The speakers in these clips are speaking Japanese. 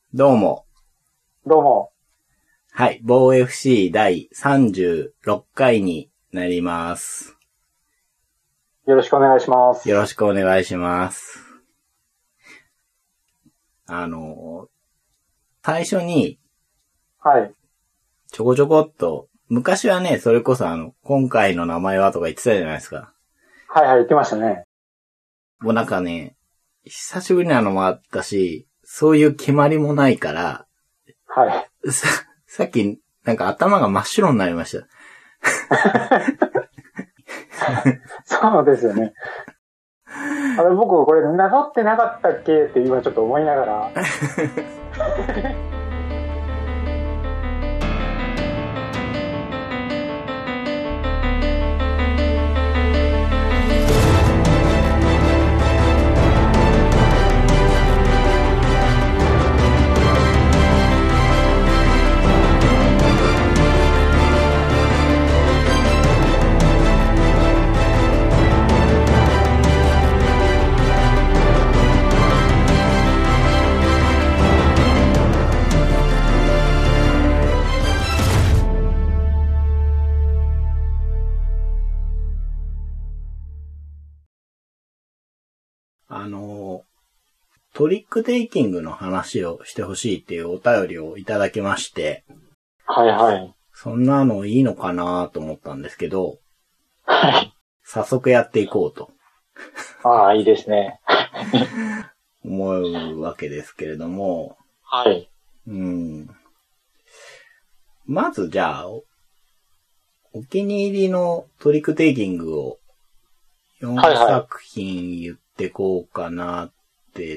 どうも。 どうも。 はい。某 FC 第36回になります。 よろしくお願いします。 よろしくお願いします。最初に、 はい。 ちょこちょこっと、昔はね、それこそ今回の名前はとか言ってたじゃないですか。 はいはい、言ってましたね。 もうなんかね、久しぶりなのもあったし、そういう決まりもないから、 はい。 さっき、なんか頭が真っ白になりました。 そうですよね。僕、これ、なぞってなかったっけって今ちょっと思いながら。 トリックテイキングの話をしてほしいっていうお便りをいただきまして。 はいはい。 そんなのいいのかなと思ったんですけど。 はい。 早速やっていこうと。 ああ、いいですね。 思うわけですけれども。 はい。 まずじゃあ、お気に入りのトリックテイキングを4作品言ってこうかなって。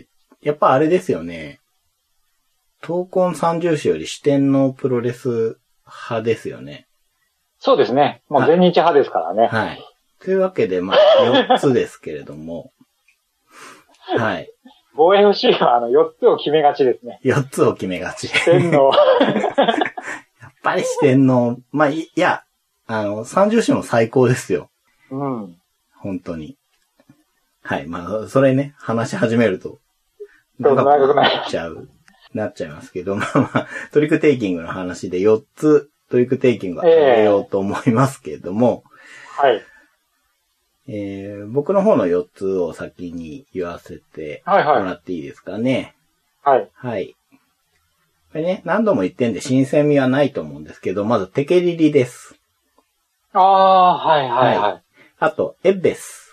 やっぱあれですよね。闘魂三重士より四天王プロレス派ですよね。 そうですね。もう全日派ですからね。 はい。というわけで、まあ、4つですけれども。はい。 防衛 FC は4つを決めがちですね。 4つを決めがち。 四天王。 やっぱり四天王。まあ、いや、三重士も最高ですよ。 うん。 本当に。はい。まあ、それね、話し始めると。 長くなっちゃいますけど、まあまあ、トリックテイキングの話で4つトリックテイキングをやめようと思いますけれども、 はい。 僕の方の4つを先に言わせてもらっていいですかね。 はい。 はい。これね、何度も言ってんで新鮮味はないと思うんですけど、まずテケリリです。 ああ、はいはいはい。 あと、エッベス。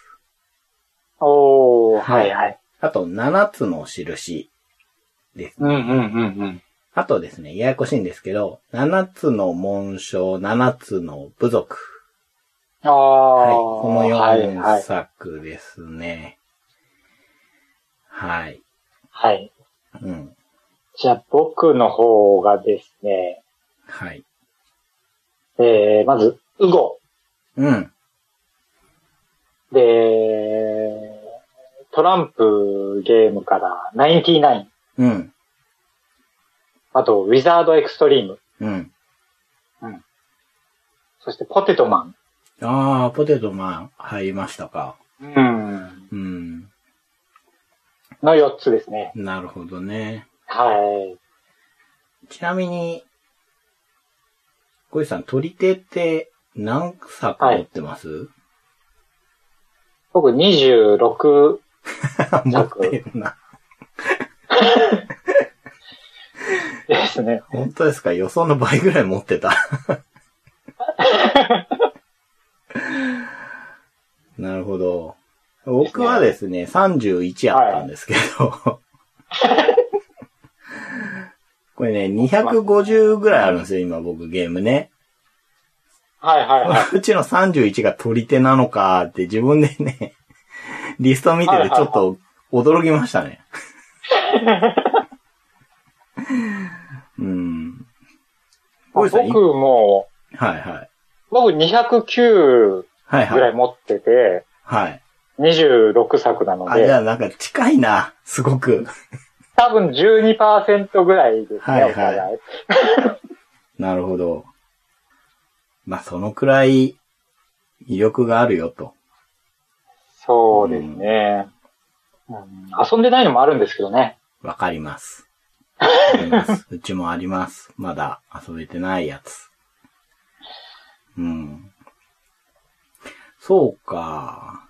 おー、はいはい。 あと、7つの印ですね。あとですね、ややこしいんですけど、7つの紋章、7つの部族。 ああ、 はい。この4作ですね。はい。 はい。 うん。 じゃあ、僕の方がですね。 はい。 まず、ウゴ。 うん。 で、トランプゲームから99。 うん。 あと、ウィザードエクストリーム。 うん。 うん。そして、ポテトマン。 ああ、ポテトマン入りましたか。 うん。 うん。 の4つですね。 なるほどね。 はい。 ちなみに、小石さん、取り手って何作持ってます？ 僕26 持ってるな。 ですね。 本当ですか？予想の倍ぐらい持ってた。なるほど。僕はですね、31あったんですけど、はい、これね、250ぐらいあるんですよ、今僕ゲームね。 はいはいはい。 うちの31が取り手なのかって自分でね、リスト見ててちょっと驚きましたね。うん。 僕も、 はいはい。 僕209ぐらい持ってて、 はい。 26作なので。 あ、じゃあなんか近いな、すごく。 多分 12% ぐらいですね、 はいはい。なるほど。まあ、そのくらい魅力があるよと。 そうですね。遊んでないのもあるんですけどね。 わかります。 あります。うちもあります。まだ遊べてないやつ。うん。そうか。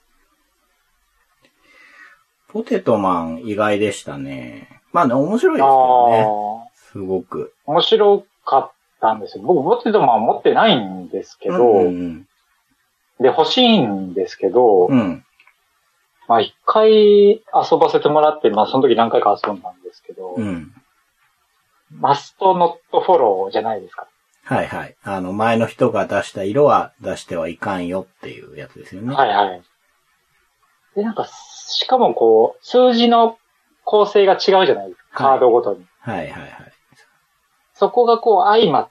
ポテトマン意外でしたね。まあね、面白いですけどね。すごく。 面白かったんですよ。僕、ポテトマン持ってないんですけど、で、欲しいんですけど、まあ一回遊ばせてもらって、まあその時何回か遊んだんですけど、マストノットフォローじゃないですか。 はいはい。前の人が出した色は出してはいかんよっていうやつですよね。 はいはい。で、なんか、しかもこう、数字の構成が違うじゃないですか。カードごとに。 はいはいはい。 そこがこう相まって、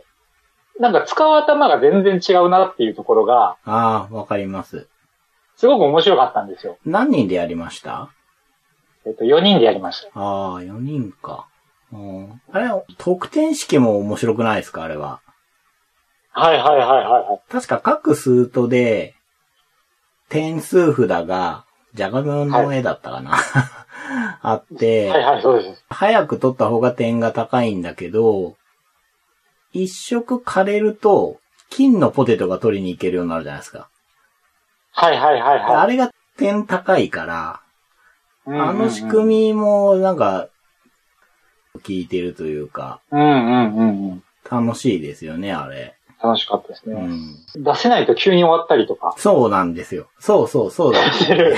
なんか使う頭が全然違うなっていうところが。 ああ、わかります。 すごく面白かったんですよ。 何人でやりました？ 4人でやりました。 ああ、4人か。あれ、得点式も面白くないですかあれは。 はいはいはいはい。 確か各スートで、点数札が、ジャガムの絵だったかな、あって、 はいはい、そうです。 早く取った方が点が高いんだけど、一色枯れると、金のポテトが取りに行けるようになるじゃないですか。 はいはいはいはい。 あれが点高いから、あの仕組みもなんか、効いてるというか、楽しいですよね、あれ。 楽しかったですね。出せないと急に終わったりとか。 そうなんですよ。そうだ。そうだ。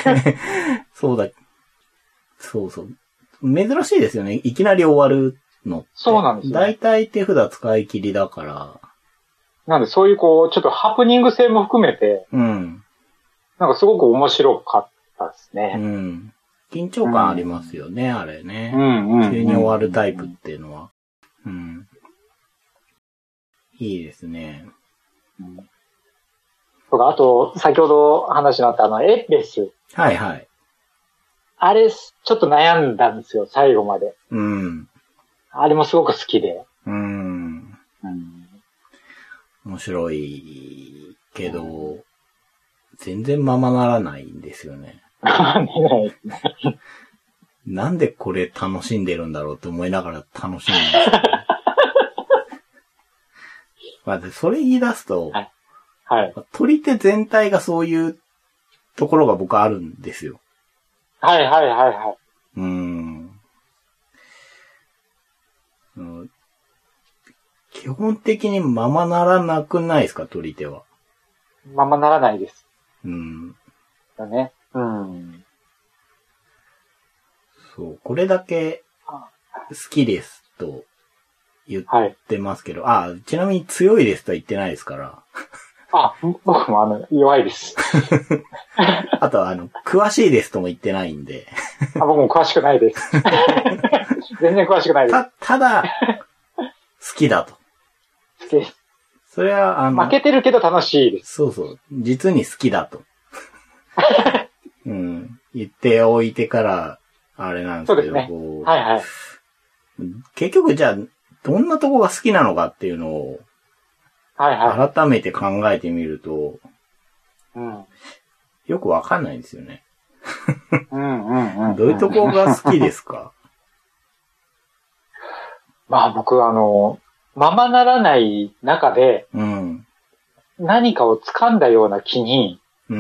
そうそう。珍しいですよね。いきなり終わるのって。 そうなんですよ。 大体手札使い切りだから。 なんでそういうこう、ちょっとハプニング性も含めて、なんかすごく面白かったですね。 緊張感ありますよね、あれね。急に終わるタイプっていうのは。いいですね。 とか、あと、先ほど話になったエッレス。 はいはい。 あれ、ちょっと悩んだんですよ、最後まで。あれもすごく好きで。 面白いけど、全然ままならないんですよね。なんでこれ楽しんでるんだろうって思いながら楽しんでるんですよ、ね。まあ、それ言い出すと、取り手全体がそういうところが僕あるんですよ。基本的にままならなくないですか、取り手は。 ままならないです。だね。 そう、これだけ好きですと言ってますけど、ちなみに強いですとは言ってないですから。 僕も弱いです。 あと詳しいですとも言ってないんで。 僕も詳しくないです。全然詳しくないです。 ただ、好きだと。 好きです。 それは負けてるけど楽しいです。 そうそう。実に好きだと。言っておいてから、あれなんですけど、 ね、 結局じゃあ、どんなとこが好きなのかっていうのを、改めて考えてみると、よくわかんないんですよね。どういうとこが好きですか？ まあ僕ままならない中で、何かを掴んだような気に、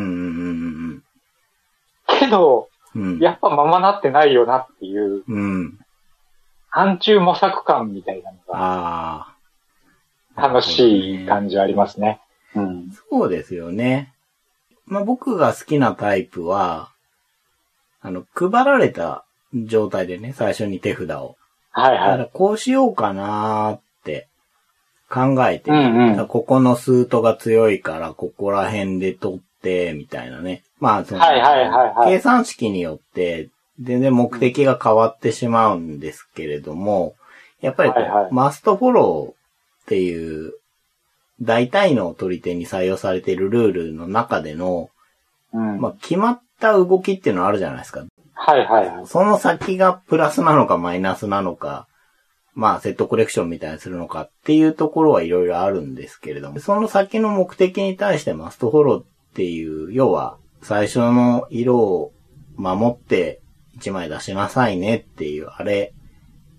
けど、やっぱままなってないよなっていう、暗中模索感みたいなのが、楽しい感じはありますね。 そうですよね。まあ僕が好きなタイプは、配られた状態でね、最初に手札を。だからこうしようかなーって考えて、ここのスートが強いからここら辺で取って、みたいなね。まあ計算式によって全然目的が変わってしまうんですけれども、やっぱりマストフォローっていう大体の取り手に採用されているルールの中での、まあ決まった動きっていうのはあるじゃないですか。その先がプラスなのかマイナスなのか、まあセットコレクションみたいにするのかっていうところはいろいろあるんですけれども、その先の目的に対してマストフォローっていう、要は最初の色を守って1枚出しなさいねっていう、あれ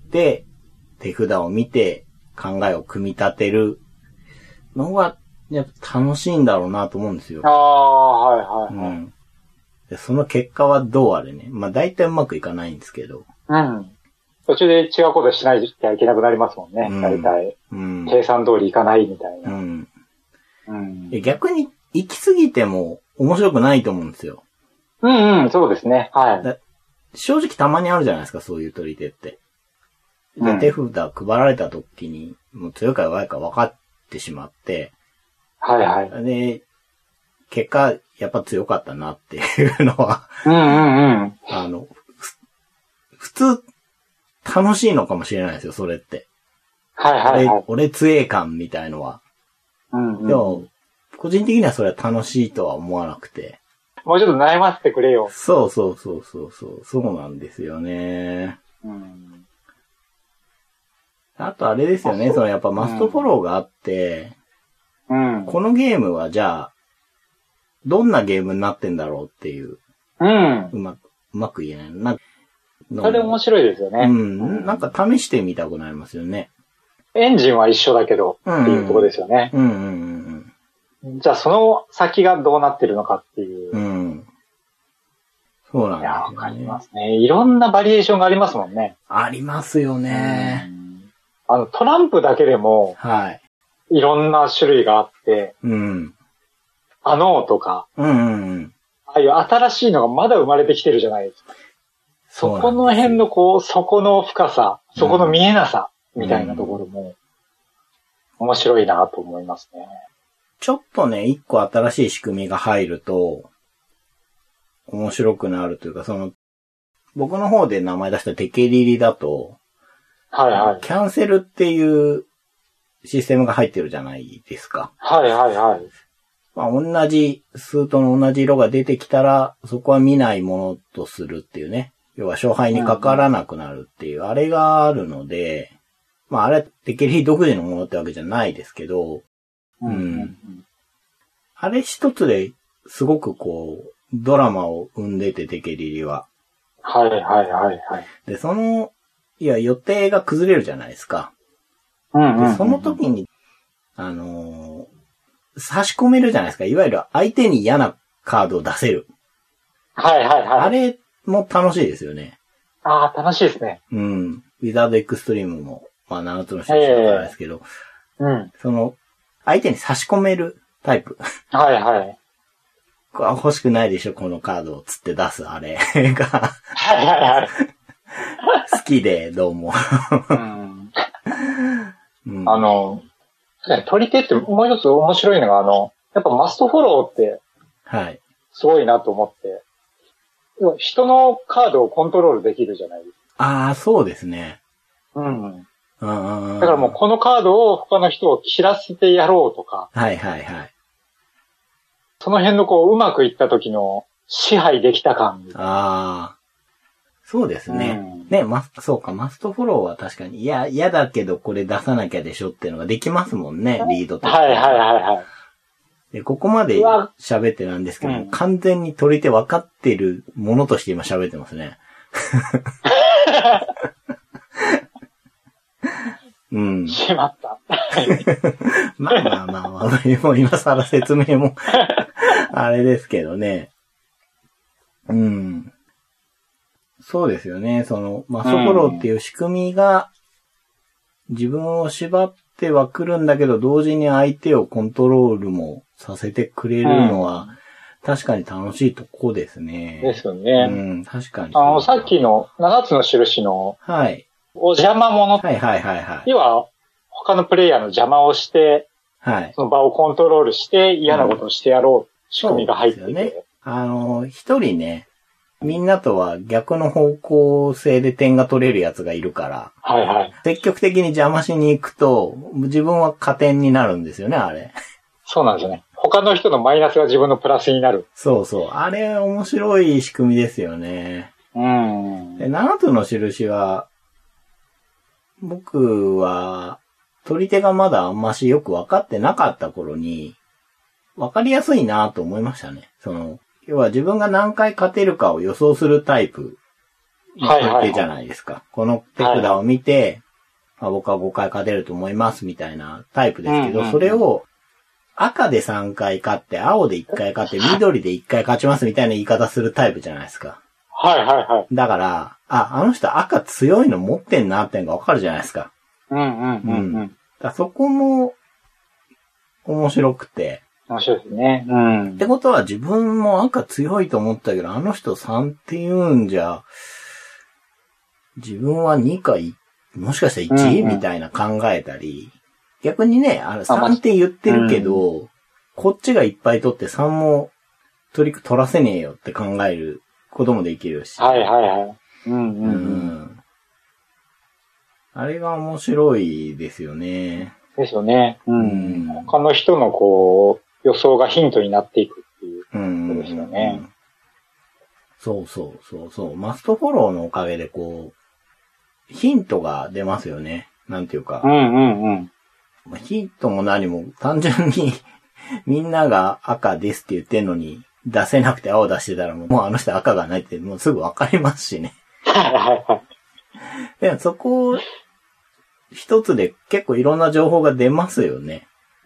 で、手札を見て考えを組み立てるのが、やっぱ楽しいんだろうなと思うんですよ。 ああ、はいはいはい。 うん。でその結果はどうあれね。まあ大体うまくいかないんですけど。 うん。途中で違うことしないといけなくなりますもんね。大体。うん。計算通りいかないみたいな。うん。 うん。逆に行き過ぎても面白くないと思うんですよ。 うんうん、そうですね。はい。 正直たまにあるじゃないですか、そういう取り手って。で、手札配られた時に、もう強いか弱いか分かってしまって、 はいはい。 で、結果、やっぱ強かったなっていうのは、 うんうんうん。 普通、楽しいのかもしれないですよ、それって。 はいはいはい。 俺強え感みたいのは。 うんうん。 でも、個人的にはそれは楽しいとは思わなくて。 もうちょっと悩ませてくれよ。 そうなんですよね。うん。あとあれですよね、やっぱマストフォローがあって、うん。このゲームはじゃあ、どんなゲームになってんだろうっていう。うん。うまく言えない。 それ面白いですよね。 うん。なんか試してみたくなりますよね。 エンジンは一緒だけど、っていうところですよね。うんうんうん。じゃあその先がどうなってるのかっていう。うん。 そうなんですよね。いや、 わかりますね。いろんなバリエーションがありますもんね。 ありますよね。 トランプだけでも、はい。いろんな種類があって、うん。とか、うんうんうん。ああいう新しいのがまだ生まれてきてるじゃないですか。そこの辺の底の深さ、そこの見えなさ、みたいなところも、面白いなと思いますね。 ちょっとね、一個新しい仕組みが入ると、面白くなるというか、僕の方で名前出したテケリリだと、はいはい。キャンセルっていうシステムが入ってるじゃないですか。 はいはいはい。 まあ、同じ、スートの同じ色が出てきたら、そこは見ないものとするっていうね。要は勝敗にかからなくなるっていう、あれがあるので、まあ、あれはテケリリ独自のものってわけじゃないですけど、うん。あれ一つですごくドラマを生んでて、テケリリは。 はいはいはいはい。 で、予定が崩れるじゃないですか。で、その時に、差し込めるじゃないですか。いわゆる相手に嫌なカードを出せる。 はいはいはい。 あれも楽しいですよね。 ああ、楽しいですね。 うん。ウィザードエクストリームも、まあ、7つの人だからですけど、うん。相手に差し込めるタイプ。 はいはい。 欲しくないでしょ、このカードをつって出すあれが。 はいはいはい。 好きで、どうも。 取り手ってもう一つ面白いのが、やっぱマストフォローって、はい。すごいなと思って、人のカードをコントロールできるじゃないですか。 ああ、そうですね。 うん。だからもうこのカードを他の人を切らせてやろうとか。 はいはいはい。 その辺のうまくいった時の支配できた感。 ああ。そうですね。ね、そうか、マストフォローは確かに、嫌だけどこれ出さなきゃでしょっていうのができますもんね、リードとか。 はいはいはいはい。 で、ここまで喋ってなんですけど、完全に取り手分かってるものとして今喋ってますね。 うん。しまった。 まあ、もう今更説明も、あれですけどね。うん。そうですよね。マストフォローっていう仕組みが、自分を縛ってはくるんだけど、同時に相手をコントロールもさせてくれるのは、確かに楽しいとこですね。 ですよね。 うん、確かに。 さっきの7つの印の、はい。お邪魔者。 はいはいはいはい。 要は、他のプレイヤーの邪魔をして、はい。その場をコントロールして嫌なことをしてやろう、仕組みが入ってて。そうですよね。一人ね、みんなとは逆の方向性で点が取れるやつがいるから。はいはい。積極的に邪魔しに行くと、自分は加点になるんですよね、あれ。 そうなんですよね。他の人のマイナスが自分のプラスになる。 そうそう。あれ面白い仕組みですよね。で、7つの印は、僕は、取り手がまだあんましよく分かってなかった頃に、分かりやすいなと思いましたね。要は自分が何回勝てるかを予想するタイプ。 取り手じゃないですか。この手札を見て、僕は5回勝てると思いますみたいなタイプですけど、それを赤で3回勝って、青で1回勝って、緑で1回勝ちますみたいな言い方するタイプじゃないですか。 はいはいはい。 だから、あの人赤強いの持ってんなってのがわかるじゃないですか。だそこも面白くて。 面白いですね。 ってことは自分も赤強いと思ったけど、あの人3って言うんじゃ、自分は2かもしかしたら1、みたいな考えたり、逆にね、3って言ってるけど、こっちがいっぱい取って3もトリック取らせねえよって考えることもできるし。 はいはいはい。 あれが面白いですよね。 ですよね。他の人のこう、予想がヒントになっていくっていうことですよね。 そう。マストフォローのおかげでこう、ヒントが出ますよね。なんていうか。ヒントも何も単純にみんなが赤ですって言ってんのに出せなくて青出してたらもうあの人赤がないってもうすぐわかりますしね。でもそこ一つで結構いろんな情報が出ますよね。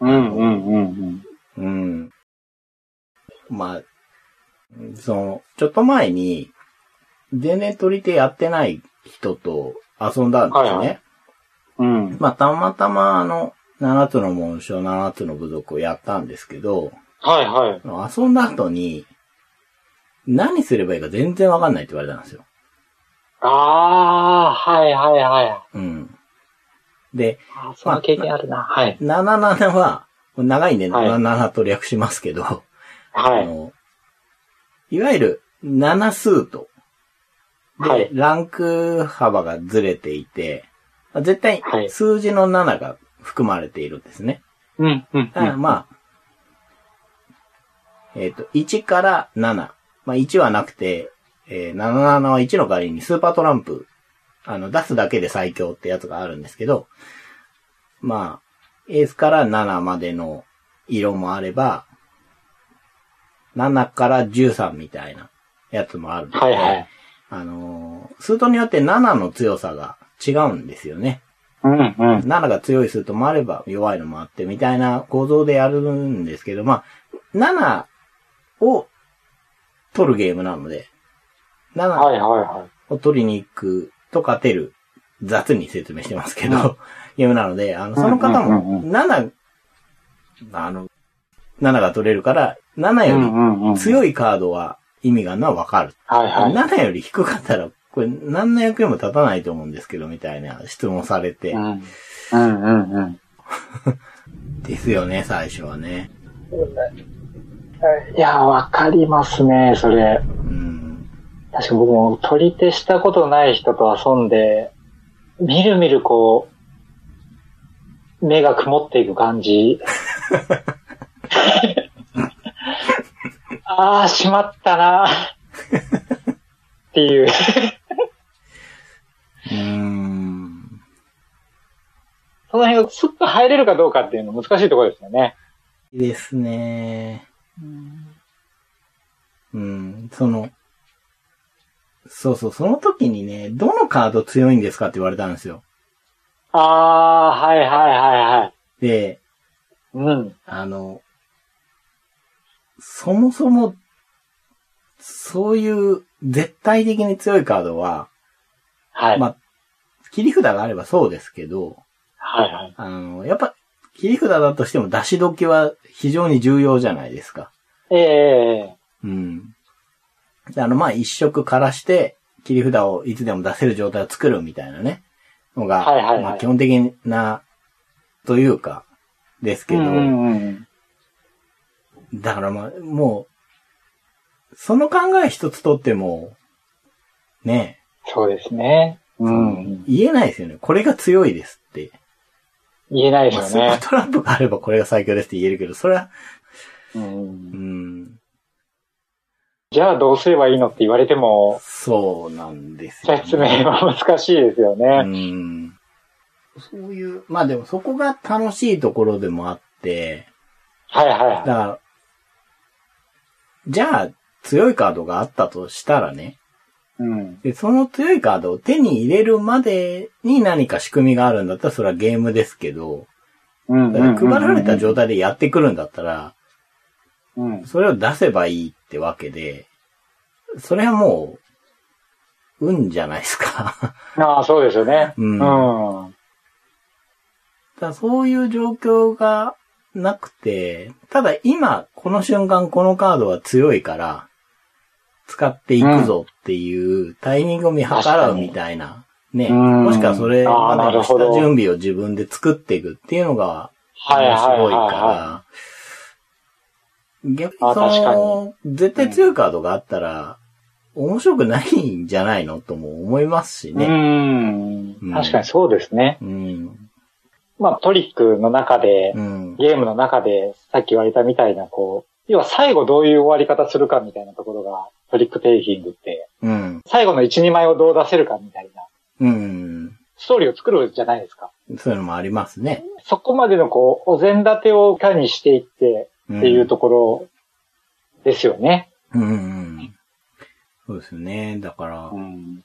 まあ、ちょっと前に全然取り手やってない人と遊んだんですね。まあたまたま7つの紋章、7つの部族をやったんですけど、遊んだ後に、何すればいいか全然わかんないって言われたんですよ。で、 その経験あるな。 77は、長いんで77と略しますけど、いわゆる7数と、で、ランク幅がずれていて、絶対数字の7が含まれているんですね。まあ、1から7。まあ1はなくて、77は1の代わりにスーパートランプ、出すだけで最強ってやつがあるんですけど、まあ、エースから7までの色もあれば、7から13みたいなやつもあるので、スートによって7の強さが違うんですよね。7が強いスートもあれば弱いのもあってみたいな構造でやるんですけど、まあ、7を取るゲームなので、7を取りに行くと勝てる、雑に説明してますけど、ゲームなので、その方も7が取れるから、7より強いカードは意味があるのはわかる。7より低かったら、これ何の役にも立たないと思うんですけど、みたいな質問されて。ですよね、最初はね。 いや、わかりますね、それ。確か僕も取り手したことない人と遊んで、みるみるこう、目が曇っていく感じ。しまったなっていう。その辺がスッと入れるかどうかっていうの難しいところですよね。 ですね。そう、その時にね、どのカード強いんですかって言われたんですよ。で、そもそも、そういう絶対的に強いカードは、まあ、切り札があればそうですけど、やっぱ、切り札だとしても出し時は非常に重要じゃないですか。まあ、一色枯らして、切り札をいつでも出せる状態を作るみたいなね、のが、まあ、基本的な、というか、ですけど、だからまあ、もう、その考え一つとっても、ね。 そうですね。 言えないですよね。これが強いですって。 言えないですよね。 スーパートランプがあればこれが最強ですって言えるけど、それは、 じゃあどうすればいいのって言われても、 そうなんですよね。 説明は難しいですよね。 そういう、まあでもそこが楽しいところでもあって、だから、じゃあ強いカードがあったとしたらね、 で、その強いカードを手に入れるまでに何か仕組みがあるんだったらそれはゲームですけど、配られた状態でやってくるんだったら、それを出せばいいってわけで、それはもう、運じゃないですか。 ああ、そうですよね。 だそういう状況がなくて、ただ今、この瞬間このカードは強いから、使っていくぞっていうタイミングを見計らうみたいな、ね。もしくはそれまでの下準備を自分で作っていくっていうのが、面白いから、逆にその、絶対強いカードがあったら、面白くないんじゃないのとも思いますしね。 確かにそうですね。まあトリックの中で、ゲームの中で、さっき言われたみたいな、こう、要は最後どういう終わり方するかみたいなところが、トリックテイキングって、最後の1、2枚をどう出せるかみたいな、ストーリーを作るじゃないですか。 そういうのもありますね。 そこまでのこう、お膳立てをいかにしていってっていうところですよね。 そうですね。だから、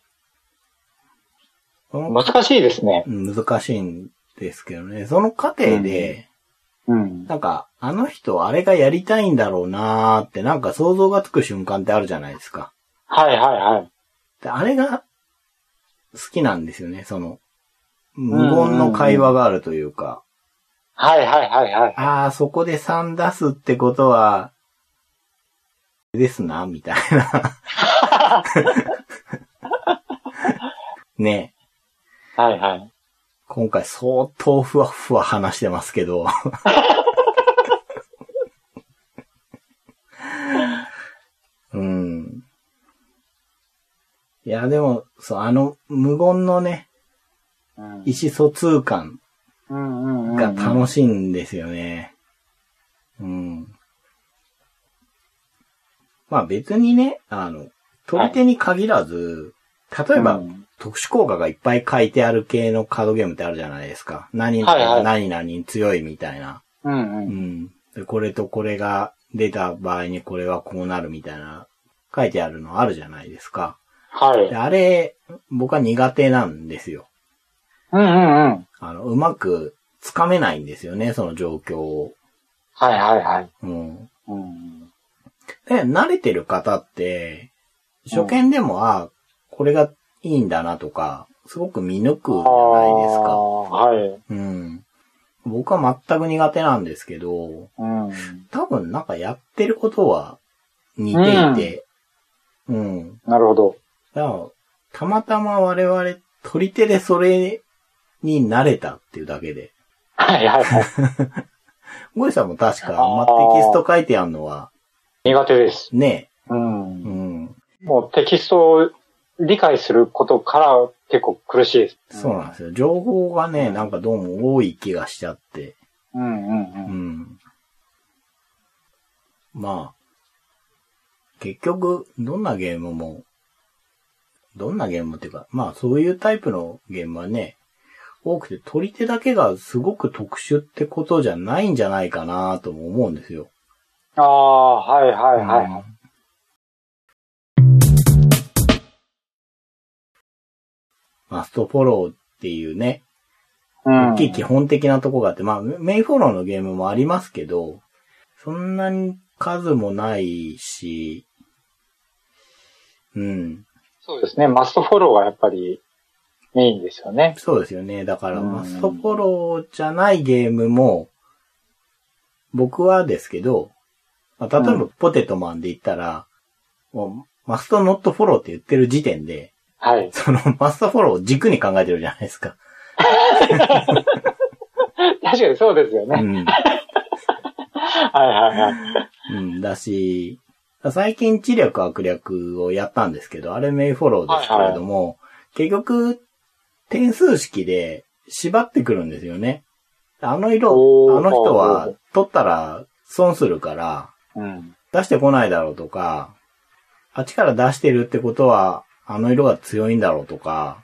難しいですね。 難しいんですけどね。その過程で、なんか、あの人あれがやりたいんだろうなーってなんか想像がつく瞬間ってあるじゃないですか。であれが好きなんですよね。その、無言の会話があるというか。ああ、そこで3出すってことは、ですな、みたいな。ね。今回相当ふわふわ話してますけど。いや、でも、そう、無言のね、意思疎通感が楽しいんですよね。まあ別にね、取り手に限らず、例えば、特殊効果がいっぱい書いてある系のカードゲームってあるじゃないですか。何々に強いみたいな。でこれとこれが出た場合にこれはこうなるみたいな書いてあるのあるじゃないですか。であれ、僕は苦手なんですよ。うまくつかめないんですよね、その状況を。で、慣れてる方って、初見でも、これがいいんだなとか、すごく見抜くじゃないですか。僕は全く苦手なんですけど、多分なんかやってることは似ていて、 なるほど。 だからたまたま我々取り手でそれに慣れたっていうだけで。ゴイさんも確か、テキスト書いてあるのは苦手です。 ね。 もうテキストを理解することから結構苦しいです。 そうなんですよ。情報がね、なんかどうも多い気がしちゃって。まあ、結局、どんなゲームっていうか、まあそういうタイプのゲームはね、多くて取り手だけがすごく特殊ってことじゃないんじゃないかなとも思うんですよ。マストフォローっていうね、大きい基本的なとこがあって、まあメインフォローのゲームもありますけど、そんなに数もないし、 そうですね、マストフォローがやっぱりメインですよね。 そうですよね。だからマストフォローじゃないゲームも、僕はですけど、例えばポテトマンで言ったら、もうマストノットフォローって言ってる時点で、そのマストフォローを軸に考えてるじゃないですか。 確かにそうですよね。 だし、最近知略悪略をやったんですけど、あれメイフォローですけれども、結局、点数式で縛ってくるんですよね。あの人は取ったら損するから、出してこないだろうとか、あっちから出してるってことは、あの色が強いんだろうとか、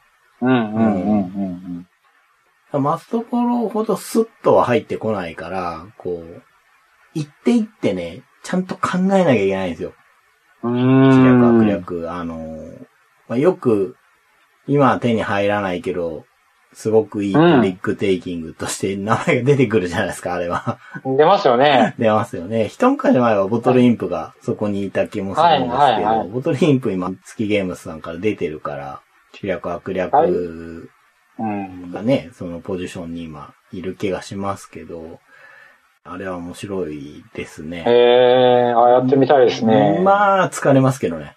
マストフォローほどスッとは入ってこないから、こう、一手一手ね、ちゃんと考えなきゃいけないんですよ。知略悪略、 まあ、よく、今は手に入らないけど、すごくいいトリックテイキングとして名前が出てくるじゃないですか、あれは。 出ますよね。 出ますよね。一昔前はボトルインプがそこにいた気もするんですけど、ボトルインプ今、月ゲームスさんから出てるから、主略悪略がね、そのポジションに今いる気がしますけど、あれは面白いですね。 やってみたいですね。 まあ、疲れますけどね。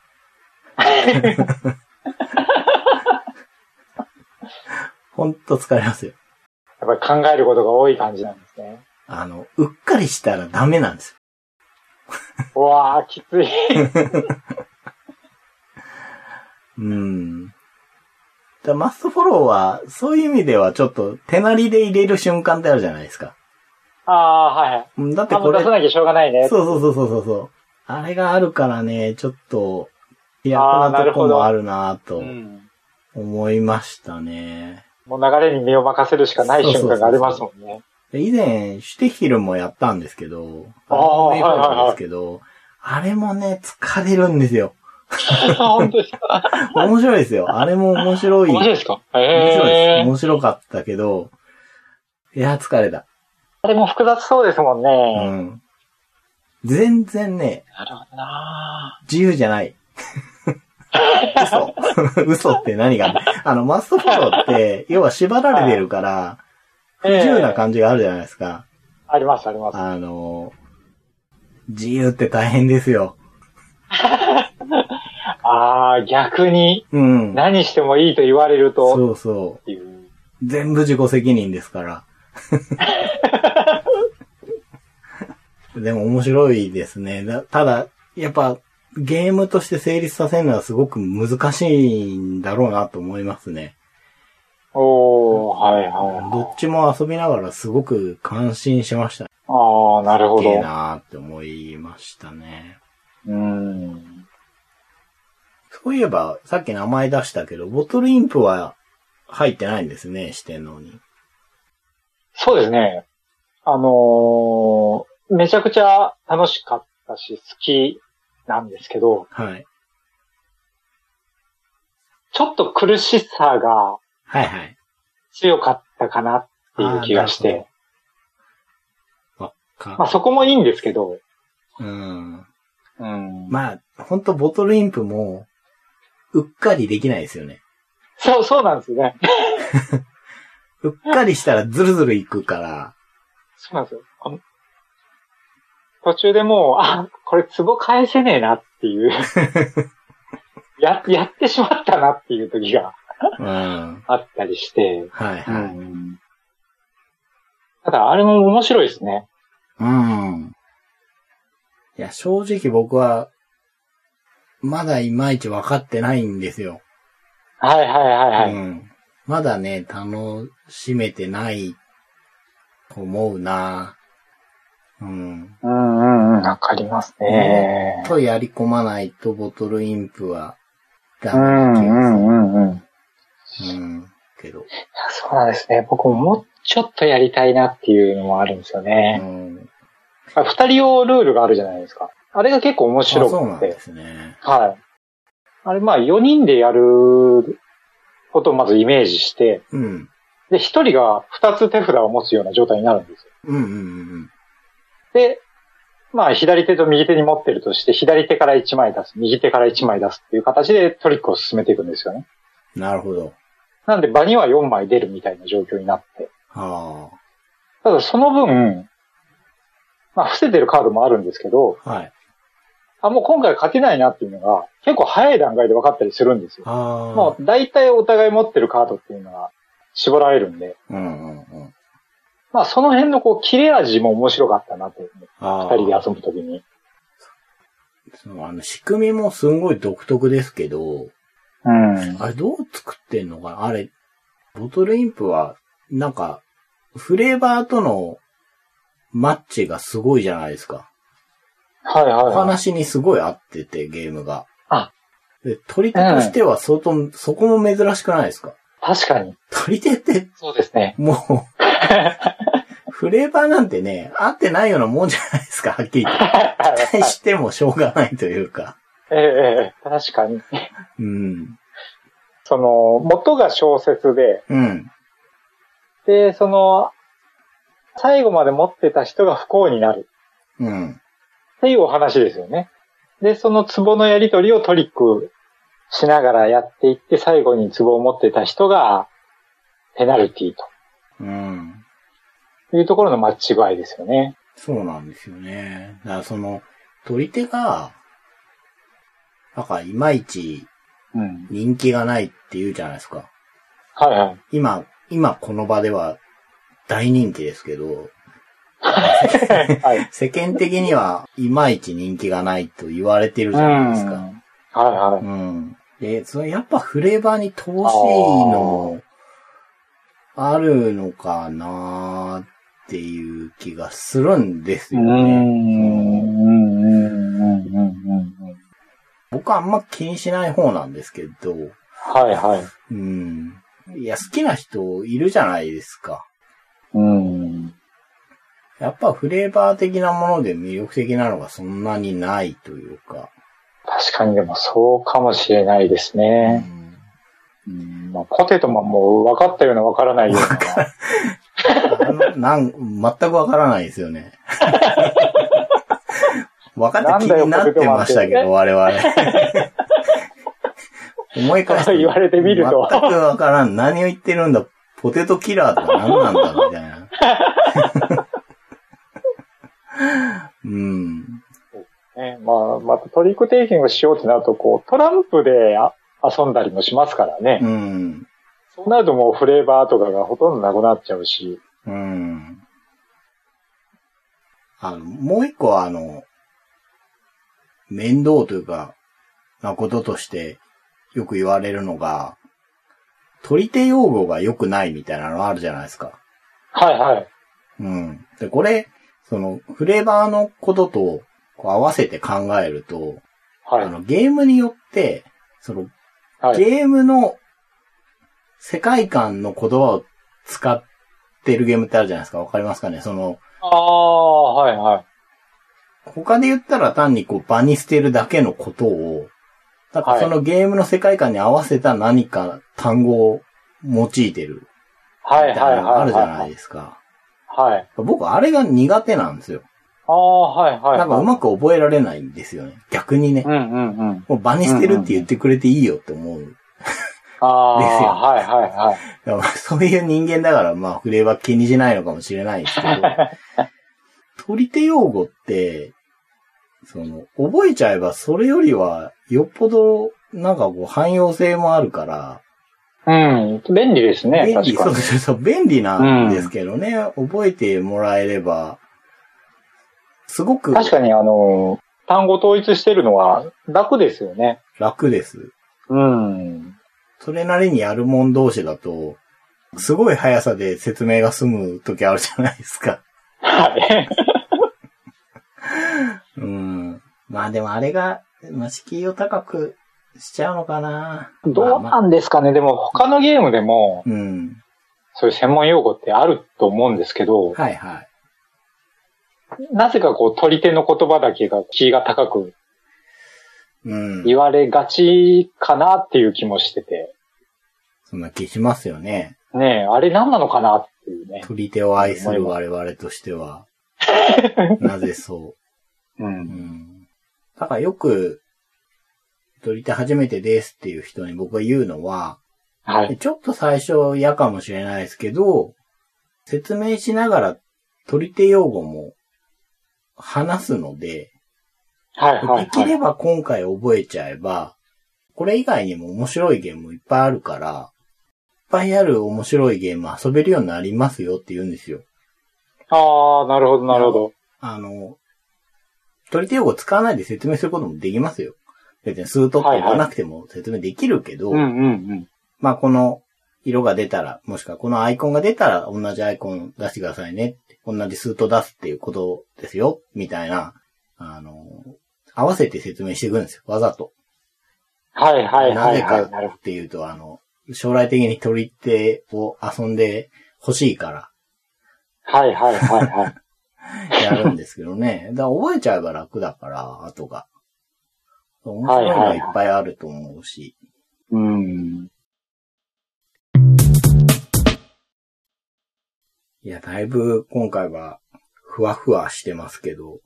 ほんと疲れますよ。 やっぱり考えることが多い感じなんですね。 うっかりしたらダメなんですよ。うわー、きつい。 マストフォローは、そういう意味ではちょっと手なりで入れる瞬間ってあるじゃないですか。 はいはい。 だってこれ。 出さなきゃしょうがないね。 そう。あれがあるからね、ちょっと、飛躍なとこもあるなと思いましたね。 もう流れに身を任せるしかない瞬間がありますもんね。 以前、シュテヒルもやったんですけど、あれもね、疲れるんですよ。 本当ですか？ 面白いですよ。あれも面白い。 面白いですか？ 面白かったけど、いや、疲れた。 あれも複雑そうですもんね。 全然ね、 なるほどな、 自由じゃない。嘘って何がマストフォローって、要は縛られてるから、不自由な感じがあるじゃないですか。 あります。 自由って大変ですよ。 逆に、何してもいいと言われると。 そう。全部自己責任ですから。でも面白いですね。ただ、やっぱ、ゲームとして成立させるのはすごく難しいんだろうなと思いますね。 はい。 どっちも遊びながらすごく感心しました。 なるほど。 すげえなーって思いましたね。そういえば、さっき名前出したけど、ボトルインプは入ってないんですね、四天王に。 そうですね。めちゃくちゃ楽しかったし、好きなんですけど、 はい。 ちょっと苦しさが、強かったかなっていう気がして。そこもいいんですけど。 まあ、ほんとボトルインプも、うっかりできないですよね。 そうなんですよね。 うっかりしたらズルズルいくから。 そうなんですよ。途中でもう、これ壺返せねえなっていう。やってしまったなっていう時があったりして。ただ、あれも面白いですね。 いや、正直僕は、まだいまいち分かってないんですよ。まだね、楽しめてないと思うな。 わかりますね。 とやり込まないとボトルインプはダメな気がする。けど。 そうなんですね。僕ももうちょっとやりたいなっていうのもあるんですよね。二人用ルールがあるじゃないですか。あれが結構面白くて。 そうなんですね。 あれ4人でやることをまずイメージして、で、一人が二つ手札を持つような状態になるんですよ。で、左手と右手に持ってるとして、左手から1枚出す、右手から1枚出すっていう形でトリックを進めていくんですよね。 なるほど。 なんで場には4枚出るみたいな状況になって。ただその分、伏せてるカードもあるんですけど、もう今回勝てないなっていうのが結構早い段階で分かったりするんですよ。もう大体お互い持ってるカードっていうのが絞られるんで。その辺の切れ味も面白かったなと思って。二人で遊ぶときに。 仕組みもすんごい独特ですけど、あれどう作ってんのかな？あれ、ボトルインプは、なんか、フレーバーとのマッチがすごいじゃないですか。お話にすごい合ってて、ゲームが。で、取り手としてはそこも珍しくないですか？ 確かに。 取り手って、 そうですね。 もう、フレーバーなんてね、合ってないようなもんじゃないですか、はっきり言って。期待してもしょうがないというか。 確かに。 元が小説で、 うん。 で、最後まで持ってた人が不幸になる。 うん。 っていうお話ですよね。で、その壺のやり取りをトリックしながらやっていって、最後に壺を持ってた人がペナルティと。 うん。 いうところの間違いですよね。 そうなんですよね。だから取り手が、なんかいまいち人気がないって言うじゃないですか。 はいはい。 今この場では大人気ですけど、はい、世間的にはいまいち人気がないと言われてるじゃないですか。 はいはい。 うん。で、やっぱフレーバーに乏しいのもあるのかなっていう気がするんですよね。僕はあんま気にしない方なんですけど。 はいはい。 うん。いや、好きな人いるじゃないですか。やっぱフレーバー的なもので魅力的なのがそんなにないというか。 確かにでもそうかもしれないですね。まあ、ポテトももう分かったような分からないような。全く分からないですよね。分かって気になってましたけど、我々。思い返して言われてみると。 全く分からん。何を言ってるんだ。ポテトキラーとか何なんだみたいな。 またトリックテイキングしようってなると、トランプで遊んだりもしますからね。そうなるともうフレーバーとかがほとんどなくなっちゃうし。 もう一個面倒というか、なこととしてよく言われるのが、取り手用語が良くないみたいなのあるじゃないですか。 はいはい。 で、これ、フレーバーのことと合わせて考えると、はい、ゲームによって、ゲームの世界観の言葉を使ってるゲームってあるじゃないですか。わかりますかね？ はいはい。 他で言ったら単に場に捨てるだけのことを、だからそのゲームの世界観に合わせた何か単語を用いてる。 はいはいはい。 あるじゃないですか。 はい。 僕、あれが苦手なんですよ。 はいはい。 なんかうまく覚えられないんですよね。逆にね。もう場に捨てるって言ってくれていいよって思う。ですよ。 はいはいはい。 だからそういう人間だから、まあ、フレーバー気にしないのかもしれないですけど、取り手用語って、覚えちゃえばそれよりは、よっぽど、なんか汎用性もあるから、 便利ですね。 確かに。そう、便利なんですけどね、覚えてもらえれば、すごく。 確かに単語統一してるのは楽ですよね。 楽です。それなりにやるもん同士だと、すごい速さで説明が済む時あるじゃないですか。 はい。 まあでもあれが、敷居を高くしちゃうのかな。 どうなんですかね。でも他のゲームでも、そういう専門用語ってあると思うんですけど、 はいはい。 なぜか取り手の言葉だけがキーが高く言われがちかなっていう気もしてて。 そんな気しますよね。 ねえ、あれ何なのかなっていうね。 取り手を愛する我々としては。なぜそう。だからよく、取り手初めてですっていう人に僕が言うのは、はい、ちょっと最初嫌かもしれないですけど、説明しながら取り手用語も話すので、できれば今回覚えちゃえば、これ以外にも面白いゲームいっぱいあるから、いっぱいある面白いゲーム遊べるようになりますよって言うんですよ。 なるほどなるほど。 取り手用語使わないで説明することもできますよ。別にスートって言わなくても説明できるけど、まあこの色が出たら、もしくはこのアイコンが出たら同じアイコン出してくださいね。同じスート出すっていうことですよ。みたいな、合わせて説明していくんですよ。わざと。なぜかっていうと、将来的に取り手を遊んで欲しいから。やるんですけどね。だから覚えちゃえば楽だから、後が。面白いのがいっぱいあると思うし。 いや、だいぶ今回はふわふわしてますけど。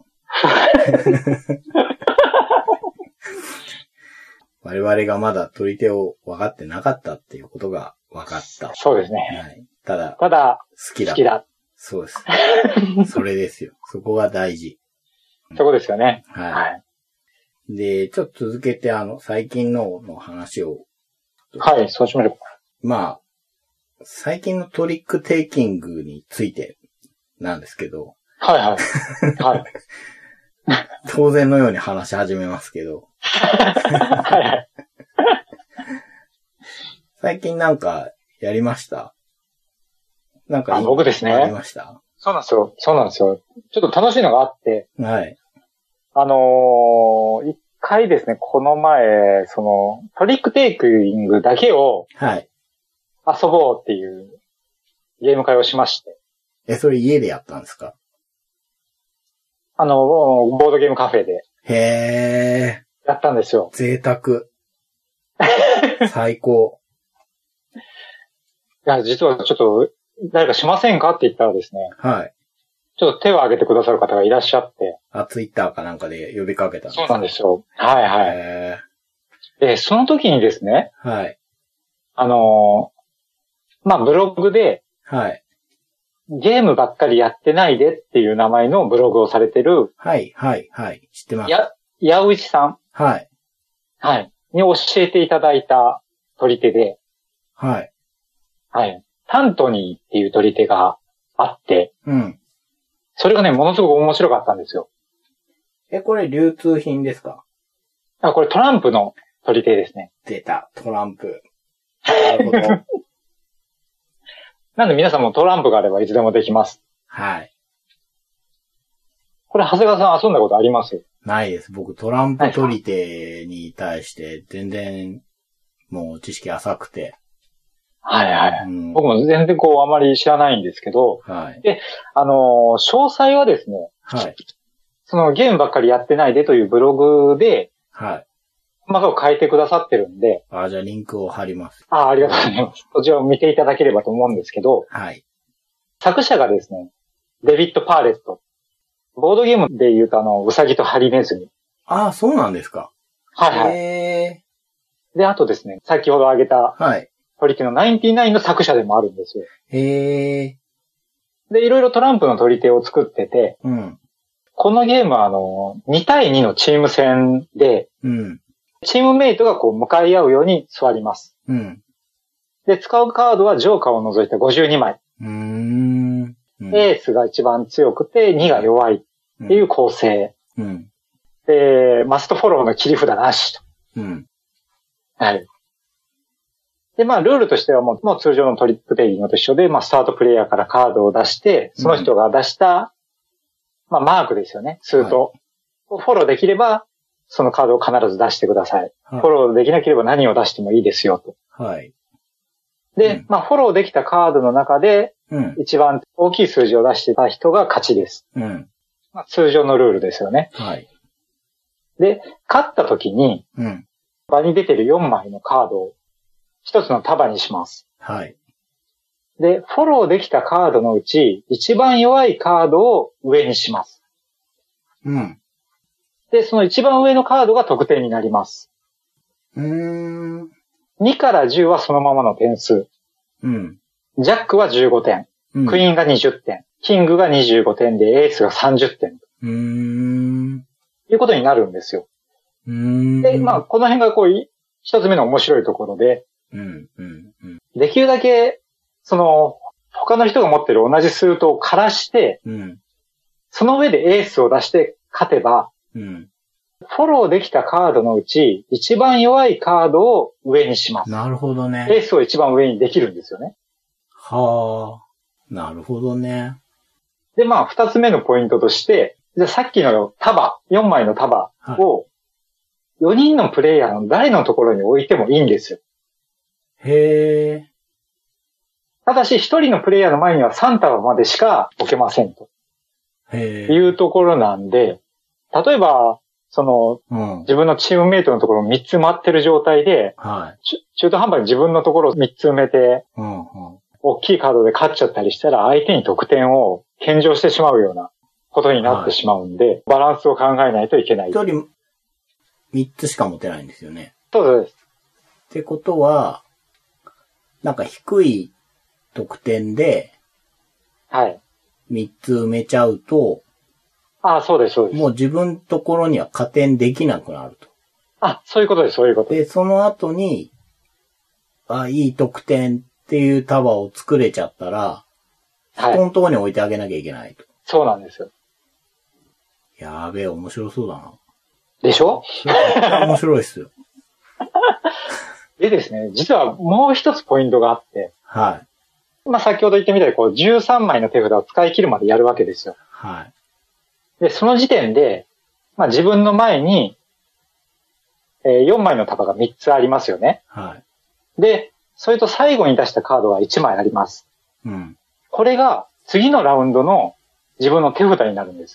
我々がまだ取り手を分かってなかったっていうことが分かった。 そうですね。 はい。ただ、好きだ。 好きだ。 そうです。それですよ。そこが大事。 そこですよね。 はい。はい。で、ちょっと続けて最近の話を。 はい、そうしましょう。 まあ、最近のトリックテイキングについてなんですけど。 はいはい。はい。 当然のように話し始めますけど。 はいはい。 最近なんかやりました？なんか僕ですね。 やりました？ そうなんですよ。そうなんですよ。ちょっと楽しいのがあって。 はい。 一回ですね、この前、トリックテイキングだけを、 はい。 遊ぼうっていうゲーム会をしまして。 それ家でやったんですか？ ボードゲームカフェで。 へー。 やったんですよ。 贅沢。最高。 いや、実はちょっと、誰かしませんかって言ったらですね。 はい。 ちょっと手を挙げてくださる方がいらっしゃって。 ツイッターかなんかで呼びかけたんですか？ そうなんですよ。はいはい。で、その時にですね。 はい。 ブログで。 はい。 ゲームばっかりやってないでっていう名前のブログをされてる。 はいはいはい。知ってます。 やういちさん。 はい。 はい。に教えていただいた取り手で。 はい。 はい。タントニーっていう取り手があって。 うん。 それがね、ものすごく面白かったんですよ。 これ流通品ですか？ これトランプの取り手ですね。 出た、トランプ。なるほど。 なんで皆さんもトランプがあればいつでもできます。 はい。 これ、長谷川さん遊んだことあります？ ないです。僕、トランプ取り手に対して全然、もう知識浅くて。 はいはい。うん、僕も全然あまり知らないんですけど。 はい。 で、詳細はですね。 はい。 そのゲームばっかりやってないでというブログで。 はい。 細かく書いてくださってるんで。 じゃあリンクを貼ります。 ありがとうございます。こちらを見ていただければと思うんですけど。 はい。 作者がですね、デビッド・パーレット。ボードゲームで言うとウサギとハリネズミ。 そうなんですか。 はいはい。で、あとですね、先ほど挙げた。 はい。 取り手の99の作者でもあるんですよ。 で、 いろいろトランプの取り手を作ってて。 うん。 このゲームは2対2のチーム戦で。 うん。 チームメイトが向かい合うように座ります。 うん。 で、使うカードはジョーカーを除いた52枚。エースが一番強くて2が弱いっていう構成。 うん。 で、マストフォローの切り札なしと。 うん。 はい。で、ルールとしてはもう通常のトリックテイキングと一緒で、スタートプレイヤーからカードを出して、その人が出した、マークですよね、数と。フォローできれば、そのカードを必ず出してください。フォローできなければ何を出してもいいですよと。 はい。 で、フォローできたカードの中で、一番大きい数字を出してた人が勝ちです。 うん。 通常のルールですよね。 はい。 で、勝った時に、場に出てる4枚のカードを一つの束にします。 はい。 で、フォローできたカードのうち、一番弱いカードを上にします。 うん。 で、その一番上のカードが得点になります。2から10はそのままの点数。 うん。 ジャックは15点。クイーンが20点。キングが25点で、エースが30点。いうことになるんですよ。で、この辺が一つ目の面白いところで、できるだけ、他の人が持ってる同じスートを枯らして、その上でエースを出して勝てば、フォローできたカードのうち、一番弱いカードを上にします。 なるほどね。 エースを一番上にできるんですよね。 はあ、なるほどね。 で、二つ目のポイントとして、じゃあさっきの束、4枚の束を、4人のプレイヤーの誰のところに置いてもいいんですよ。 へえ。 ただし、1人のプレイヤーの前には3束までしか置けませんと。いうところなんで、例えば、自分のチームメイトのところ3つ回ってる状態で、中途半端に自分のところ3つ埋めて、 大きいカードで勝っちゃったりしたら、相手に得点を献上してしまうようなことになってしまうんで、バランスを考えないといけない。 一人3つしか持てないんですよね。 そうです。 ってことは、なんか低い得点で、 はい。 3つ埋めちゃうと、 そうです、そうです。 もう自分のところには加点できなくなると。 そういうことです、そういうことで。その後に、いい得点っていう束を作れちゃったら、人のところに置いてあげなきゃいけないと。 そうなんですよ。 やべえ、面白そうだな。 でしょ？ 面白いっすよ。 でですね、実はもう一つポイントがあって。 はい。 先ほど言ってみたように、13枚の手札を使い切るまでやるわけですよ。 はい。 で、その時点で、自分の前に、4枚の束が3つありますよね。 はい。 で、それと最後に出したカードが1枚あります。 うん。 これが次のラウンドの自分の手札になるんです。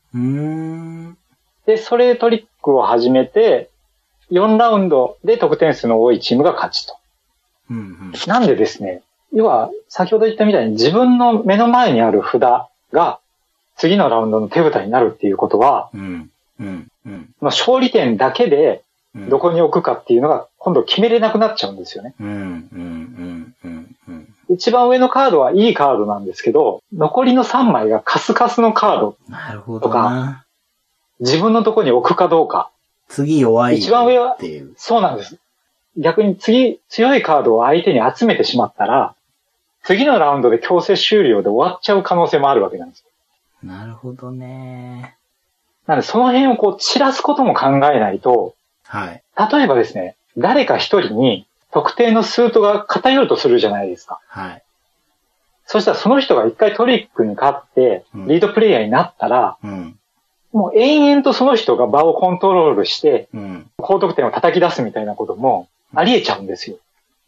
で、それでトリックを始めて、4ラウンドで得点数の多いチームが勝ちと。なんでですね、要は先ほど言ったみたいに自分の目の前にある札が次のラウンドの手札になるっていうことは、勝利点だけでどこに置くかっていうのが今度決めれなくなっちゃうんですよね。一番上のカードはいいカードなんですけど、残りの3枚がカスカスのカードとか、自分のところに置くかどうか。 次弱い一番上は、そうなんです。逆に次強いカードを相手に集めてしまったら、次のラウンドで強制終了で終わっちゃう可能性もあるわけなんです。 なるほどね。 なのでその辺を散らすことも考えないと、 はい。 例えばですね、誰か一人に特定のスートが偏るとするじゃないですか。 はい。 そしたらその人が一回トリックに勝って、リードプレイヤーになったら、もう延々とその人が場をコントロールして、高得点を叩き出すみたいなこともあり得ちゃうんですよ。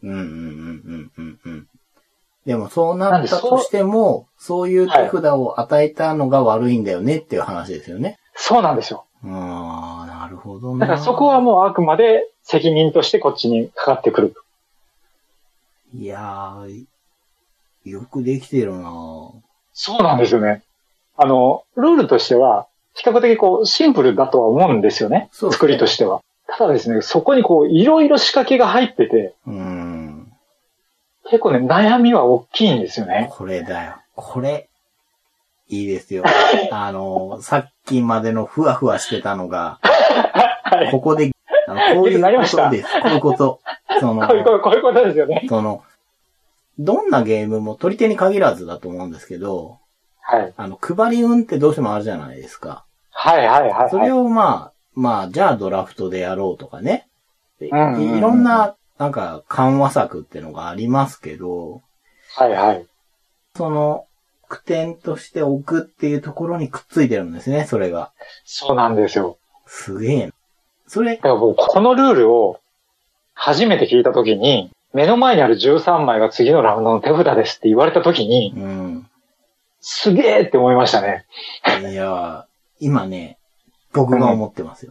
でもそうなったとしても、そういう手札を与えたのが悪いんだよねっていう話ですよね。 そうなんですよ。 なるほどね。 だからそこはもうあくまで責任としてこっちにかかってくる。 いやー、よくできてるな。 そうなんですよね。ルールとしては、比較的シンプルだとは思うんですよね。作りとしては。ただですね、そこにいろいろ仕掛けが入ってて、結構ね、悩みは大きいんですよね。 これだよ。これ、いいですよ。さっきまでのふわふわしてたのが、はい、ここで、こういうことです。こういうこと。こういうことですよね。 どんなゲームも取り手に限らずだと思うんですけど、 はい。 配り運ってどうしてもあるじゃないですか。 はいはいはい。 それをじゃあドラフトでやろうとかね。いろんな、緩和策ってのがありますけど、 はいはい。 句点として置くっていうところにくっついてるんですね、それが。 そうなんですよ。 すげえな。だからもうこのルールを初めて聞いたときに、目の前にある13枚が次のラウンドの手札ですって言われたときに、すげーって思いましたね。 いや、今ね、僕が思ってますよ。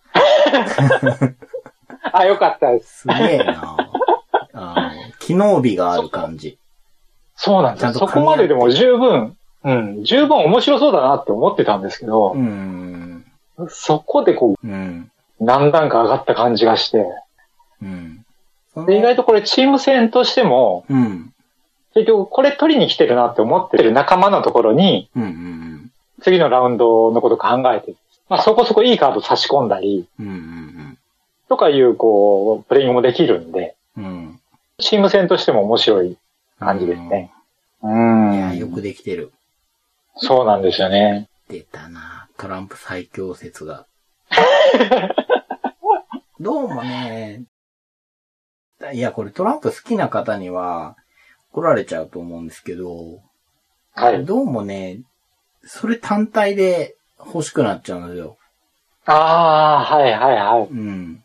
よかったです。 すげえな。機能美がある感じ。 そうなんですよ。そこまででも十分面白そうだなって思ってたんですけど、そこで何段か上がった感じがして、で意外とこれチーム戦としても、結局これ取りに来てるなって思ってる仲間のところに、次のラウンドのこと考えて、そこそこいいカード差し込んだり、とかいうプレイングもできるんで、チーム戦としても面白い感じですね。 いや、よくできてる。 そうなんですよね。 出たな、トランプ最強説が。どうもね、いや、これトランプ好きな方には怒られちゃうと思うんですけど、はい。どうもね、それ単体で欲しくなっちゃうんですよ。 はいはいはい。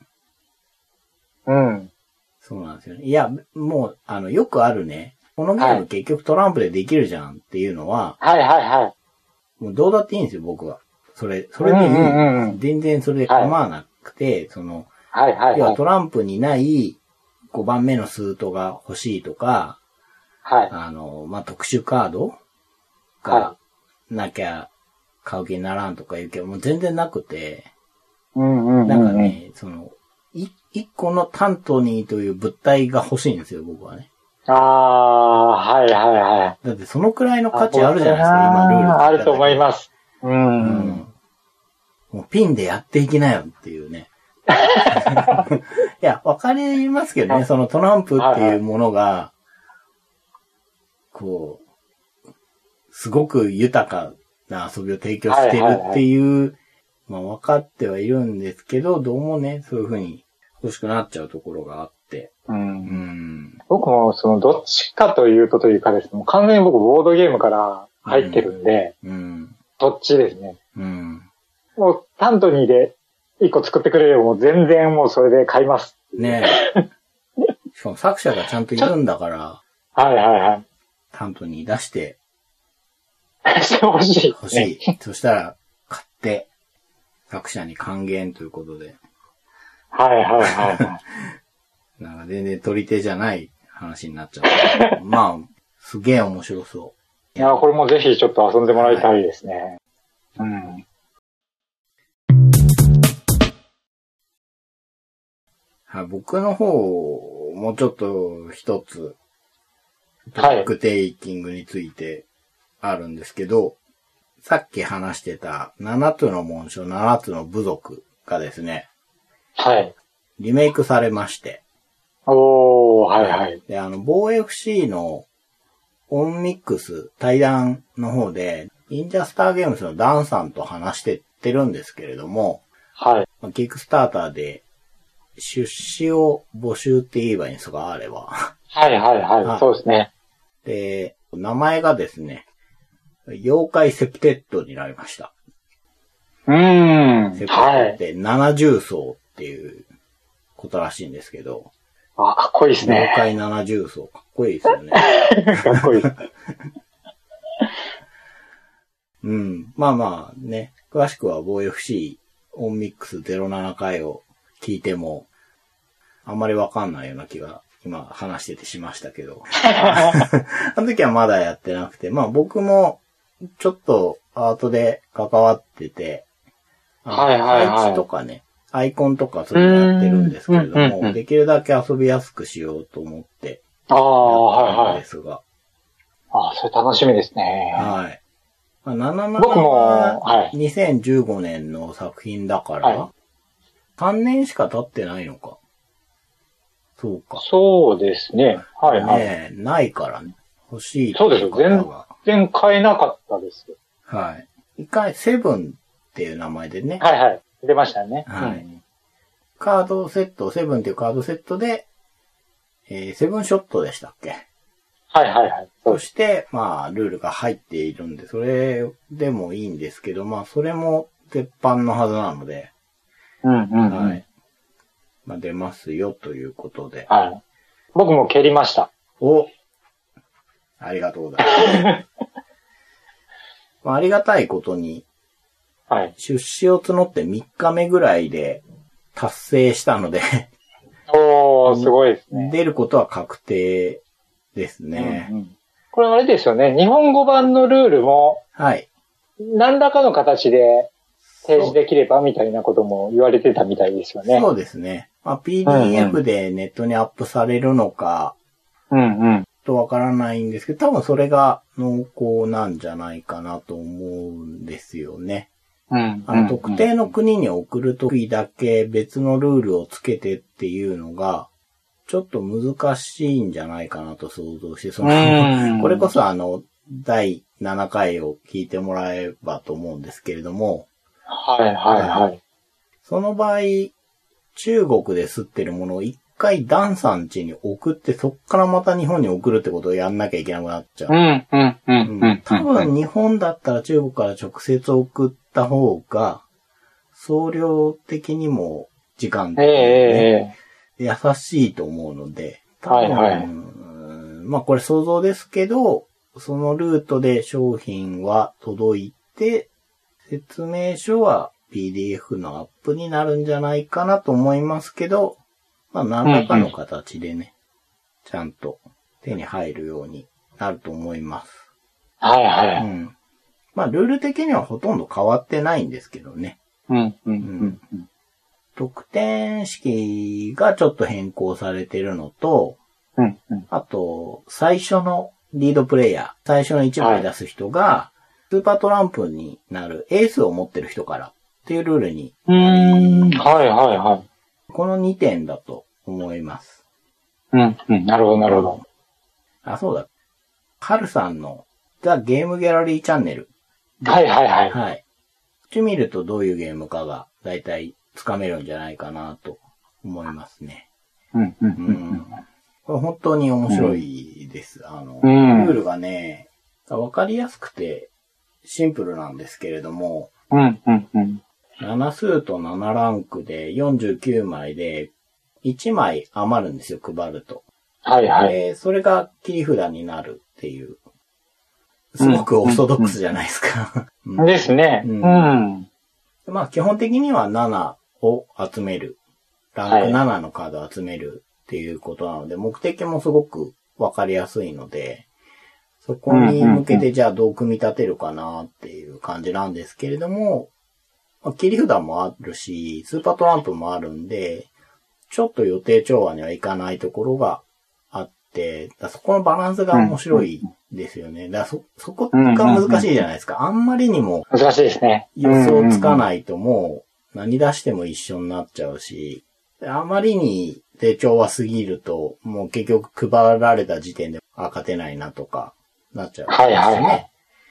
そうなんですよね。いや、もう、よくあるね、このゲーム結局トランプでできるじゃんっていうのは、もうどうだっていいんですよ、僕は。それでいい。全然それで構わなくて、要はトランプにない5番目のスートが欲しいとか、 はい。 まあ、特殊カードがなきゃ買う気にならんとか言うけど、もう全然なくて、なんかね、一個のタントニーという物体が欲しいんですよ、僕はね。 ああ、はいはいはい。 だってそのくらいの価値あるじゃないですか、今ルール。 あると思います。 もうピンでやっていきなよっていうね。いや、わかりますけどね、そのトランプっていうものが、こう、すごく豊かな遊びを提供してるっていう、まあ分かってはいるんですけど、どうもね、そういう風に欲しくなっちゃうところがあって。 僕もどっちかというかですね、完全に僕ボードゲームから入ってるんで、どっちですね。もうタントニーで一個作ってくれればもう全然もうそれで買います。 ねえ。しかも作者がちゃんといるんだから、 はいはいはい。 タントニー出して、 してほしい、ね。 欲しい。そしたら、買って、作者に還元ということで。 はいはいはい。 なんか全然取り手じゃない話になっちゃった。まあ、すげえ面白そう。 いや、これもぜひちょっと遊んでもらいたいですね。 はい、僕の方、もうちょっと一つ、トリックテイキングについてあるんですけど、さっき話してた7つの紋章、7つの部族がですね、 はい。 リメイクされまして。 はいはい。 で、防 FC のオンミックス対談の方で、インジャスターゲームズのダンさんと話してってるんですけれども、 はい。 キックスターターで出資を募集って言えばいいんですか、あれは。 はいはいはい。そうですね。 で、名前がですね、妖怪セプテッドになりました。セプテッドって70層っていうことらしいんですけど。 あ、かっこいいですね。 妖怪70層。かっこいいですよね。 かっこいい。 まあまあね、詳しくは防 FC オンミックス07回を聞いても、あんまりわかんないような気が今話しててしましたけど。あの時はまだやってなくて、まあ僕もちょっとアートで関わってて、配置とかね、アイコンとかそういうのやってるんですけれども、できるだけ遊びやすくしようと思ってやったんですが。 それ楽しみですね。 はい。まあ、77は2015年の作品だから、3年しか経ってないのか。そうか。 そうですね。はいはい。 ねえ、ないからね。欲しい。 そうですよ。全然買えなかったですよ。 はい。一回、セブンっていう名前でね。 はいはい。出ましたね。 はい。カードセット、セブンっていうカードセットで、セブンショットでしたっけ？ はいはいはい。 そして、まあ、ルールが入っているんで、それでもいいんですけど、まあ、それも鉄板のはずなので、はい。まあ、出ますよということで。 はい。僕も蹴りました。 ありがとうございます。まあ、ありがたいことに、 はい。 出資を募って3日目ぐらいで達成したので、 すごいですね。 出ることは確定ですね。 これあれですよね。日本語版のルールも、 はい。 何らかの形で提示できればみたいなことも言われてたみたいですよね。 そうですね。まあ、PDF でネットにアップされるのか、とわからないんですけど、多分それが濃厚なんじゃないかなと思うんですよね。特定の国に送るときだけ別のルールをつけてっていうのが、ちょっと難しいんじゃないかなと想像して、これこそ第7回を聞いてもらえばと思うんですけれども、その場合、中国で吸ってるものを一回ダンさん家に送って、そっからまた日本に送るってことをやんなきゃいけなくなっちゃう。多分日本だったら中国から直接送った方が、送料的にも時間的にね、優しいと思うので、多分、まあこれ想像ですけど、そのルートで商品は届いて、説明書は PDF のアップになるんじゃないかなと思いますけど、まあ何らかの形でね、ちゃんと手に入るようになると思います。 はいはい。 うん。まあ、ルール的にはほとんど変わってないんですけどね。得点式がちょっと変更されてるのと、あと、最初のリードプレイヤー、最初の1枚出す人が、スーパートランプになるエースを持ってる人からっていうルールになります。 はいはいはい。 この2点だと思います。 なるほどなるほど。 あ、そうだ。ハルさんのザ・ゲームギャラリーチャンネル。 はいはいはい。 はい。こっち見るとどういうゲームかがだいたいつかめるんじゃないかなと思いますね。これ本当に面白いです。ルールがね、わかりやすくてシンプルなんですけれども、7数と7ランクで49枚で1枚余るんですよ、配ると。 はいはい。 それが切り札になるっていう。すごくオーソドックスじゃないですか。 ですね。 まあ基本的には7を集める。ランク7のカードを集めるっていうことなので、目的もすごくわかりやすいので、そこに向けてじゃあどう組み立てるかなっていう感じなんですけれども、切り札もあるし、スーパートランプもあるんで、ちょっと予定調和にはいかないところがあって、そこのバランスが面白いですよね。そこが難しいじゃないですか。あんまりにも難しいですね。 予想つかないともう何出しても一緒になっちゃうし、あまりに低調和すぎると、もう結局配られた時点で勝てないなとかなっちゃうんですね。はいはいはい。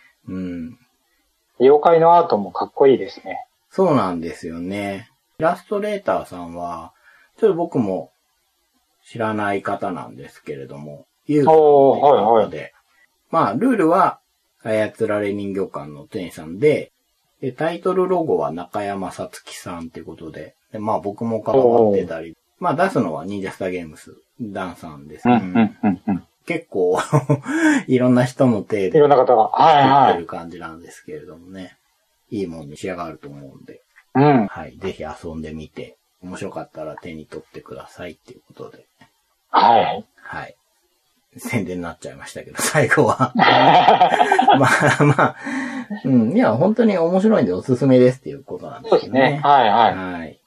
妖怪のアートもかっこいいですね。 そうなんですよね。イラストレーターさんは、ちょっと僕も知らない方なんですけれども、ユーザーの方で、まあ、ルールは操られ人形館の店さんで、タイトルロゴは中山さつきさんっていうことで、まあ僕も関わってたり、まあ出すのは忍者スターゲームス、ダンさんです、結構、いろんな人の手で、 いろんな方が、 作ってる感じなんですけれどもね、いいものに仕上がると思うんで、はい、ぜひ遊んでみて、面白かったら手に取ってくださいっていうことで。 はい。 はい。宣伝になっちゃいましたけど、最後は。まあ、いや、本当に面白いんでおすすめですっていうことなんですね。 そうですね。はいはい。 はい。